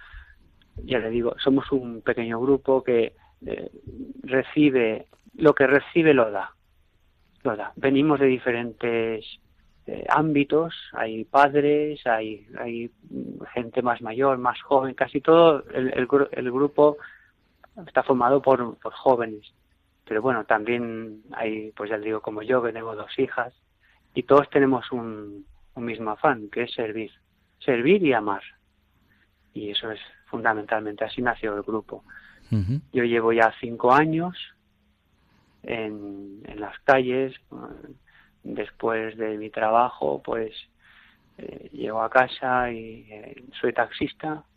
Ya le digo, somos un pequeño grupo que eh, recibe, lo que recibe lo da, lo da. Venimos de diferentes eh, ámbitos, hay padres, hay, hay gente más mayor, más joven, casi todo el, el, el grupo está formado por, por jóvenes. Pero bueno, también hay, pues ya le digo, como yo, que tengo dos hijas, y todos tenemos un, un mismo afán, que es servir. Servir y amar. Y eso es fundamentalmente, así nació el grupo. Uh-huh. Yo llevo ya cinco años en, en las calles. Después de mi trabajo, pues eh, llego a casa y eh, soy taxista.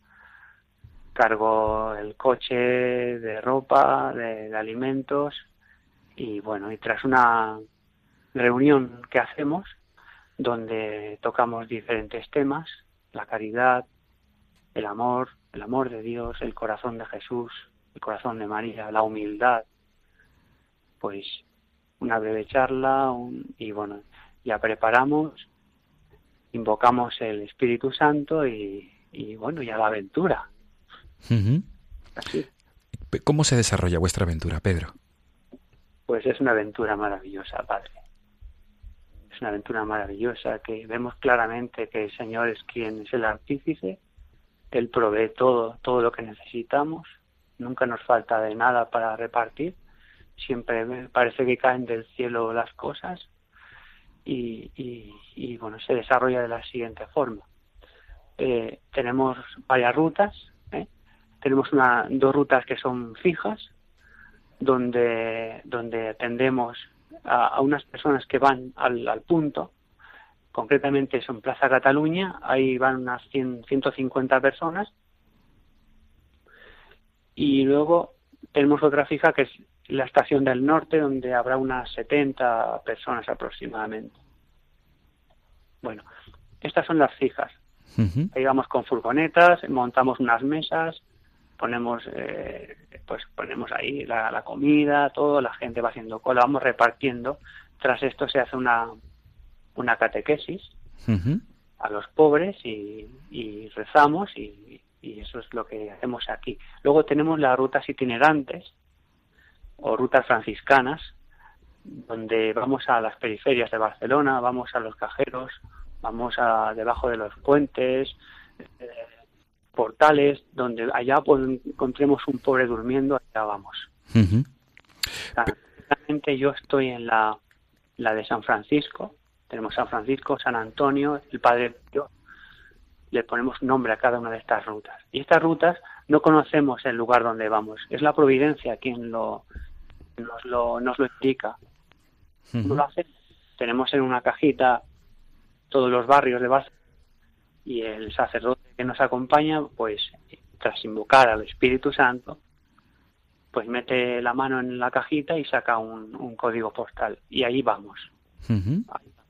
Cargo el coche de ropa, de, de alimentos. Y bueno, y tras una reunión que hacemos, donde tocamos diferentes temas, la caridad, el amor, el amor de Dios, el corazón de Jesús, el corazón de María, la humildad, pues una breve charla un, y bueno, ya preparamos, invocamos el Espíritu Santo y, y bueno, ya la aventura. Uh-huh. Así. ¿Cómo se desarrolla vuestra aventura, Pedro? Pues es una aventura maravillosa, Padre. Es una aventura maravillosa que vemos claramente que el Señor es quien es el artífice. Él provee todo, todo lo que necesitamos. Nunca nos falta de nada para repartir. Siempre me parece que caen del cielo las cosas. Y, y, y bueno, se desarrolla de la siguiente forma. Eh, tenemos varias rutas. ¿eh? Tenemos una, dos rutas que son fijas, donde, donde atendemos a, a unas personas que van al, al punto. Concretamente son Plaza Cataluña, ahí van unas cien, ciento cincuenta personas. Y luego tenemos otra fija que es la estación del norte, donde habrá unas setenta personas aproximadamente. Bueno, estas son las fijas. Uh-huh. Ahí vamos con furgonetas, montamos unas mesas, ponemos eh, pues ponemos ahí la, la comida, todo, la gente va haciendo cola, vamos repartiendo. Tras esto se hace una una catequesis uh-huh. a los pobres y, y rezamos y, y eso es lo que hacemos aquí. Luego tenemos las rutas itinerantes o rutas franciscanas, donde vamos a las periferias de Barcelona, vamos a los cajeros, vamos a debajo de los puentes, eh, portales, donde allá pues, encontremos un pobre durmiendo, allá vamos. Uh-huh. Exactamente, yo estoy en la, la de San Francisco, tenemos San Francisco, San Antonio, el Padre Pío, le ponemos nombre a cada una de estas rutas. Y estas rutas no conocemos el lugar donde vamos, es la providencia quien lo, nos, lo, nos lo indica. Uh-huh. ¿Cómo lo hace? Tenemos en una cajita todos los barrios de Barcelona y el sacerdote que nos acompaña, pues tras invocar al Espíritu Santo, pues mete la mano en la cajita y saca un, un código postal y ahí vamos. Uh-huh.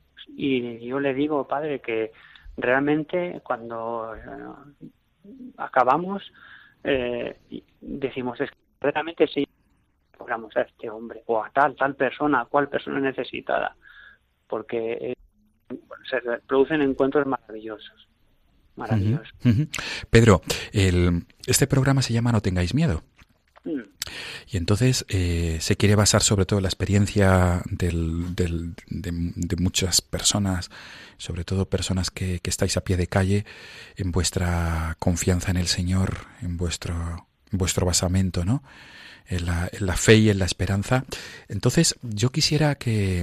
Y yo le digo, padre, que realmente cuando eh, acabamos eh, decimos, es que realmente sí logramos a este hombre o a tal, tal persona, a cual persona necesitada, porque eh, se producen encuentros maravillosos, maravillosos. Uh-huh. Uh-huh. Pedro, el, este programa se llama No tengáis miedo. Mm. Y entonces eh, se quiere basar sobre todo en la experiencia del, del, de, de muchas personas, sobre todo personas que, que estáis a pie de calle, en vuestra confianza en el Señor, en vuestro, en vuestro basamento, ¿no? En la, en la fe y en la esperanza. Entonces yo quisiera que,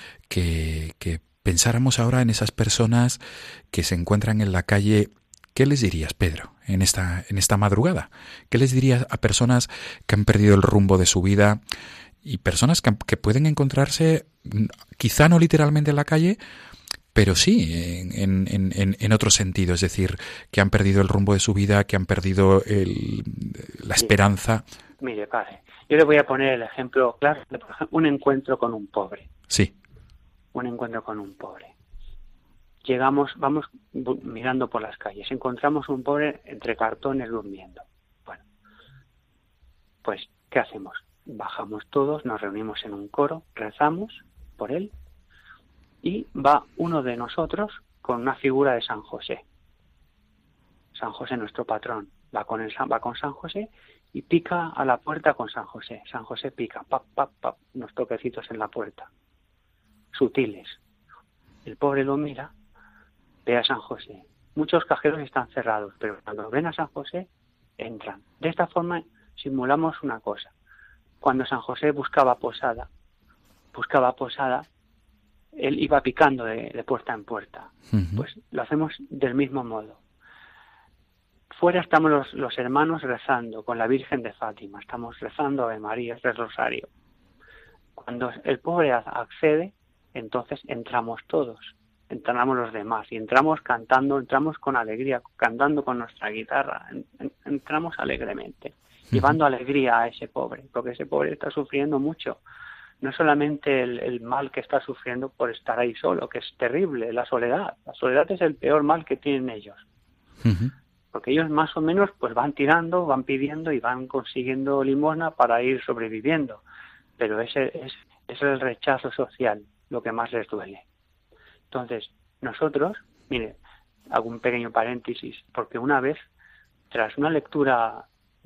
que, que pensáramos ahora en esas personas que se encuentran en la calle. ¿Qué les dirías, Pedro, en esta, en esta madrugada? ¿Qué les dirías a personas que han perdido el rumbo de su vida y personas que, que pueden encontrarse, quizá no literalmente en la calle, pero sí en, en, en, en otro sentido? Es decir, que han perdido el rumbo de su vida, que han perdido el, la esperanza. Mire, padre, yo le voy a poner el ejemplo claro de un encuentro con un pobre. Sí. Un encuentro con un pobre. Llegamos, vamos mirando por las calles, encontramos un pobre entre cartones durmiendo. Bueno, pues, ¿qué hacemos? Bajamos todos, nos reunimos en un coro, rezamos por él y va uno de nosotros con una figura de San José. San José, nuestro patrón, va con, el, va con San José y pica a la puerta con San José. San José pica, pap, pap, pap, unos toquecitos en la puerta, sutiles. El pobre lo mira, ve a San José. Muchos cajeros están cerrados, pero cuando ven a San José, entran. De esta forma simulamos una cosa. Cuando San José buscaba posada, buscaba posada, él iba picando de, de puerta en puerta. Uh-huh. Pues lo hacemos del mismo modo. Fuera estamos los, los hermanos rezando con la Virgen de Fátima, estamos rezando Ave María, el Rosario. Cuando el pobre accede, entonces entramos todos, entramos los demás y entramos cantando, entramos con alegría, cantando con nuestra guitarra, en, en, entramos alegremente, uh-huh. llevando alegría a ese pobre, porque ese pobre está sufriendo mucho. No solamente el, el mal que está sufriendo por estar ahí solo, que es terrible, la soledad. La soledad es el peor mal que tienen ellos. Uh-huh. Porque ellos más o menos pues van tirando, van pidiendo y van consiguiendo limosna para ir sobreviviendo. Pero ese es, es el rechazo social lo que más les duele. Entonces, nosotros, mire, hago un pequeño paréntesis, porque una vez, tras una lectura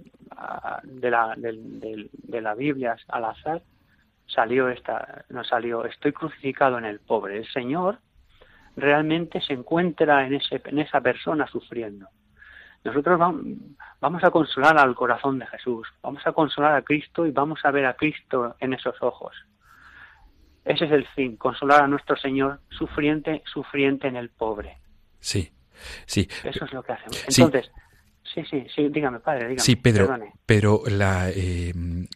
de la, de, de, de la Biblia al azar, salió esta, nos salió, estoy crucificado en el pobre. El Señor realmente se encuentra en, ese, en esa persona sufriendo. Nosotros vamos, vamos a consolar al corazón de Jesús, vamos a consolar a Cristo y vamos a ver a Cristo en esos ojos. Ese es el fin, consolar a nuestro Señor sufriente, sufriente en el pobre. Sí, sí. Eso es lo que hacemos. Entonces, sí, sí, sí, sí dígame, padre, dígame. Sí, Pedro, perdone. pero la, eh,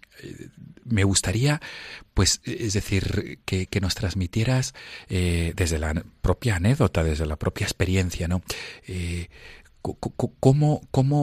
me gustaría, pues, es decir, que, que nos transmitieras eh, desde la propia anécdota, desde la propia experiencia, ¿no? Eh, ¿Cómo, cómo,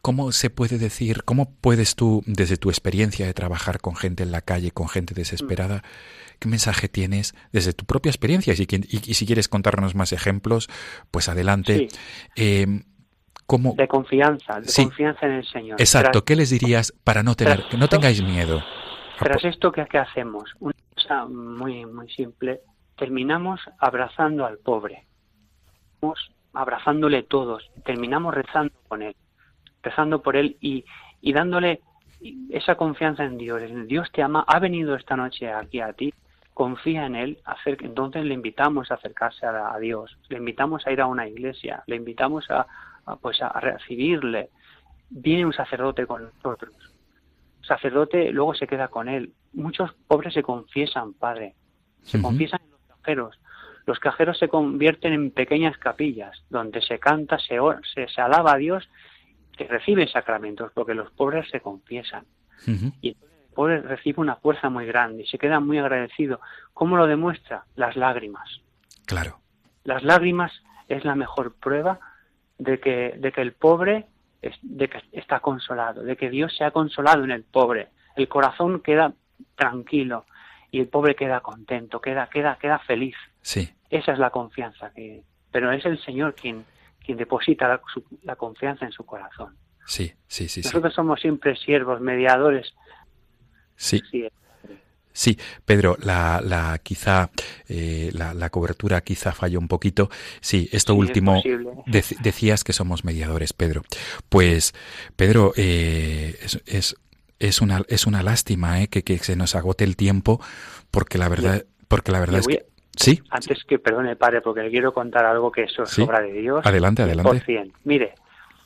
¿cómo se puede decir, cómo puedes tú, desde tu experiencia de trabajar con gente en la calle, con gente desesperada, qué mensaje tienes desde tu propia experiencia? Y si, y, y si quieres contarnos más ejemplos, pues adelante. Sí. Eh, ¿cómo? De confianza, de Sí. confianza en el Señor. Exacto. Tras, ¿Qué les dirías para no tener, tras que no esto- tengáis miedo? Tras esto, ¿qué, qué hacemos? Una cosa muy, muy simple. Terminamos abrazando al pobre. Terminamos abrazándole todos. Terminamos rezando con él. Rezando por él y, y dándole esa confianza en Dios. Dios te ama, ha venido esta noche aquí a ti. Confía en él. Acer- entonces le invitamos a acercarse a, a Dios. Le invitamos a ir a una iglesia. Le invitamos a, a, pues a recibirle. Viene un sacerdote con nosotros. Sacerdote luego se queda con él. Muchos pobres se confiesan, padre. Se Ujú. confiesan en los cajeros. Los cajeros se convierten en pequeñas capillas donde se canta, se, ora, se, se alaba a Dios, se reciben sacramentos porque los pobres se confiesan. Ujú. Y entonces el pobre recibe una fuerza muy grande y se queda muy agradecido. ¿Cómo lo demuestra? Las lágrimas. Claro. Las lágrimas es la mejor prueba de que, de que el pobre es, de que está consolado, de que Dios se ha consolado en el pobre. El corazón queda tranquilo y el pobre queda contento, queda, queda, queda feliz. Sí. Esa es la confianza que, pero es el Señor quien, quien deposita la, su, la confianza en su corazón. Sí, sí, sí, sí. Nosotros somos siempre siervos, mediadores. Sí. Sí. Sí, Pedro, la, la quizá eh, la, la cobertura quizá falló un poquito. Sí, esto Sí, es último posible. dec- decías que somos mediadores, Pedro. Pues, Pedro, eh, es, es es una es una lástima eh, que, que se nos agote el tiempo, porque la verdad porque la verdad Le es voy que sí. Antes que perdone, padre, porque le quiero contar algo que eso es Sí. obra de Dios. Adelante, cien por adelante. ciento. Mire,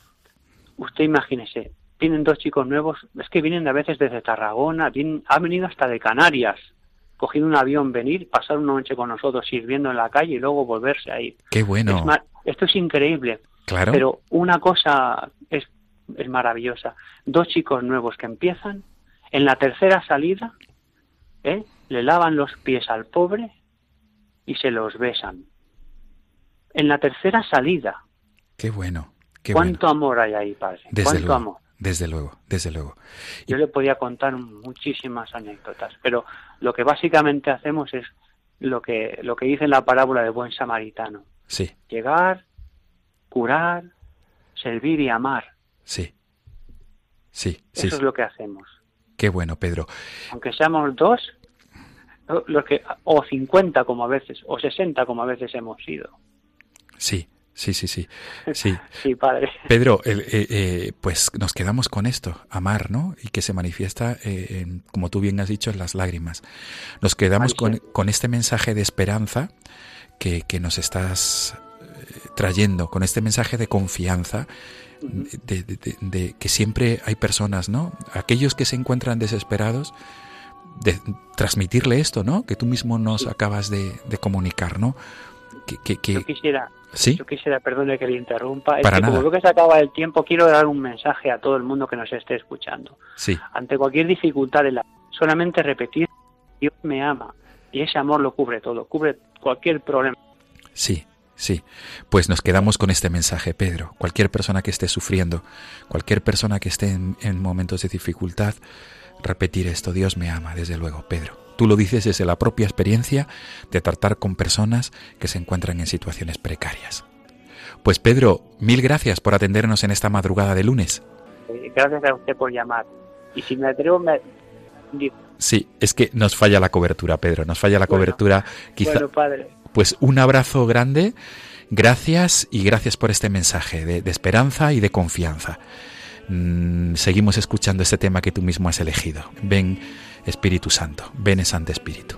usted imagínese, vienen dos chicos nuevos, es que vienen a veces desde Tarragona, vienen, han venido hasta de Canarias, cogido un avión, venir, pasar una noche con nosotros sirviendo en la calle y luego volverse a ir. Qué bueno. Es mar- esto es increíble, Claro. pero una cosa es, es maravillosa. Dos chicos nuevos que empiezan, en la tercera salida, ¿eh? le lavan los pies al pobre y se los besan. En la tercera salida. Qué bueno. Qué ¿Cuánto bueno. amor hay ahí, padre? Desde ¿Cuánto luego. amor? Desde luego, desde luego. Y- Yo le podía contar muchísimas anécdotas, pero lo que básicamente hacemos es lo que lo que dice en la parábola del buen samaritano. Sí, Llegar, curar, servir y amar. sí. Sí, sí. Eso es lo que hacemos. Qué bueno, Pedro. Aunque seamos dos, los que, o cincuenta como a veces, o sesenta como a veces hemos sido. Sí, sí, sí, sí. Sí. Sí, padre. Pedro, el, eh, eh, pues nos quedamos con esto, amar, ¿no? Y que se manifiesta, eh, en, como tú bien has dicho, en las lágrimas. Nos quedamos Ay, con, sí. con este mensaje de esperanza que, que nos estás eh, trayendo, con este mensaje de confianza, de, de, de, de que siempre hay personas, ¿no? Aquellos que se encuentran desesperados, de transmitirle esto, ¿no? Que tú mismo nos Sí. acabas de, de comunicar, ¿no? Que, que, que- Yo quisiera, ¿Sí? yo quisiera, perdone que le interrumpa, es Para que nada. como veo que se acaba el tiempo, quiero dar un mensaje a todo el mundo que nos esté escuchando. Sí, Ante cualquier dificultad en la solamente repetir, Dios me ama, y ese amor lo cubre todo, cubre cualquier problema. sí. Sí, pues nos quedamos con este mensaje, Pedro. Cualquier persona que esté sufriendo, cualquier persona que esté en, en momentos de dificultad, repetir esto, Dios me ama, desde luego, Pedro. Tú lo dices desde la propia experiencia de tratar con personas que se encuentran en situaciones precarias. Pues Pedro, mil gracias por atendernos en esta madrugada de lunes. Eh, Gracias a usted por llamar. Y si me atrevo, me... digo, Sí, es que nos falla la cobertura, Pedro, nos falla la Bueno, cobertura. Quizá, bueno, padre, pues un abrazo grande, gracias y gracias por este mensaje de, de esperanza y de confianza. Mm, seguimos escuchando este tema que tú mismo has elegido. Ven Espíritu Santo, ven Santo Espíritu.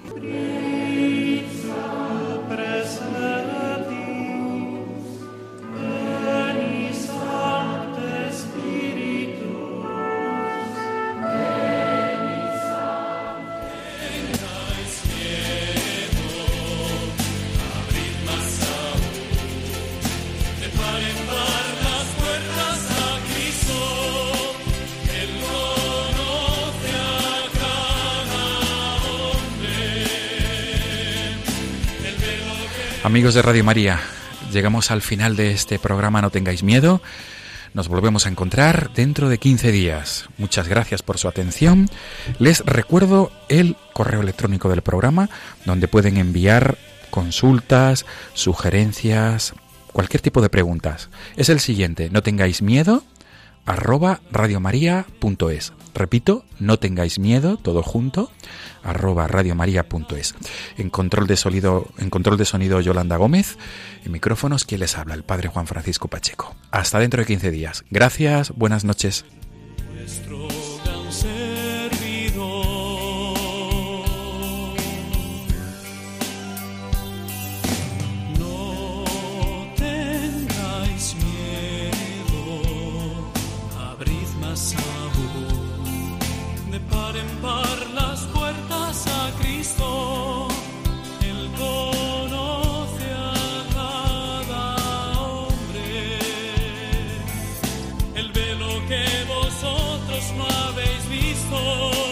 Amigos de Radio María, llegamos al final de este programa No tengáis miedo. Nos volvemos a encontrar dentro de quince días. Muchas gracias por su atención. Les recuerdo el correo electrónico del programa, donde pueden enviar consultas, sugerencias, cualquier tipo de preguntas. Es el siguiente: no tengáis miedo, arroba radiomaria.es. Repito, no tengáis miedo, todo junto, arroba radiomaria.es. En control de sonido, en control de sonido Yolanda Gómez, en micrófonos quien les habla, el padre Juan Francisco Pacheco. Hasta dentro de quince días. Gracias, buenas noches. Que vosotros no habéis visto.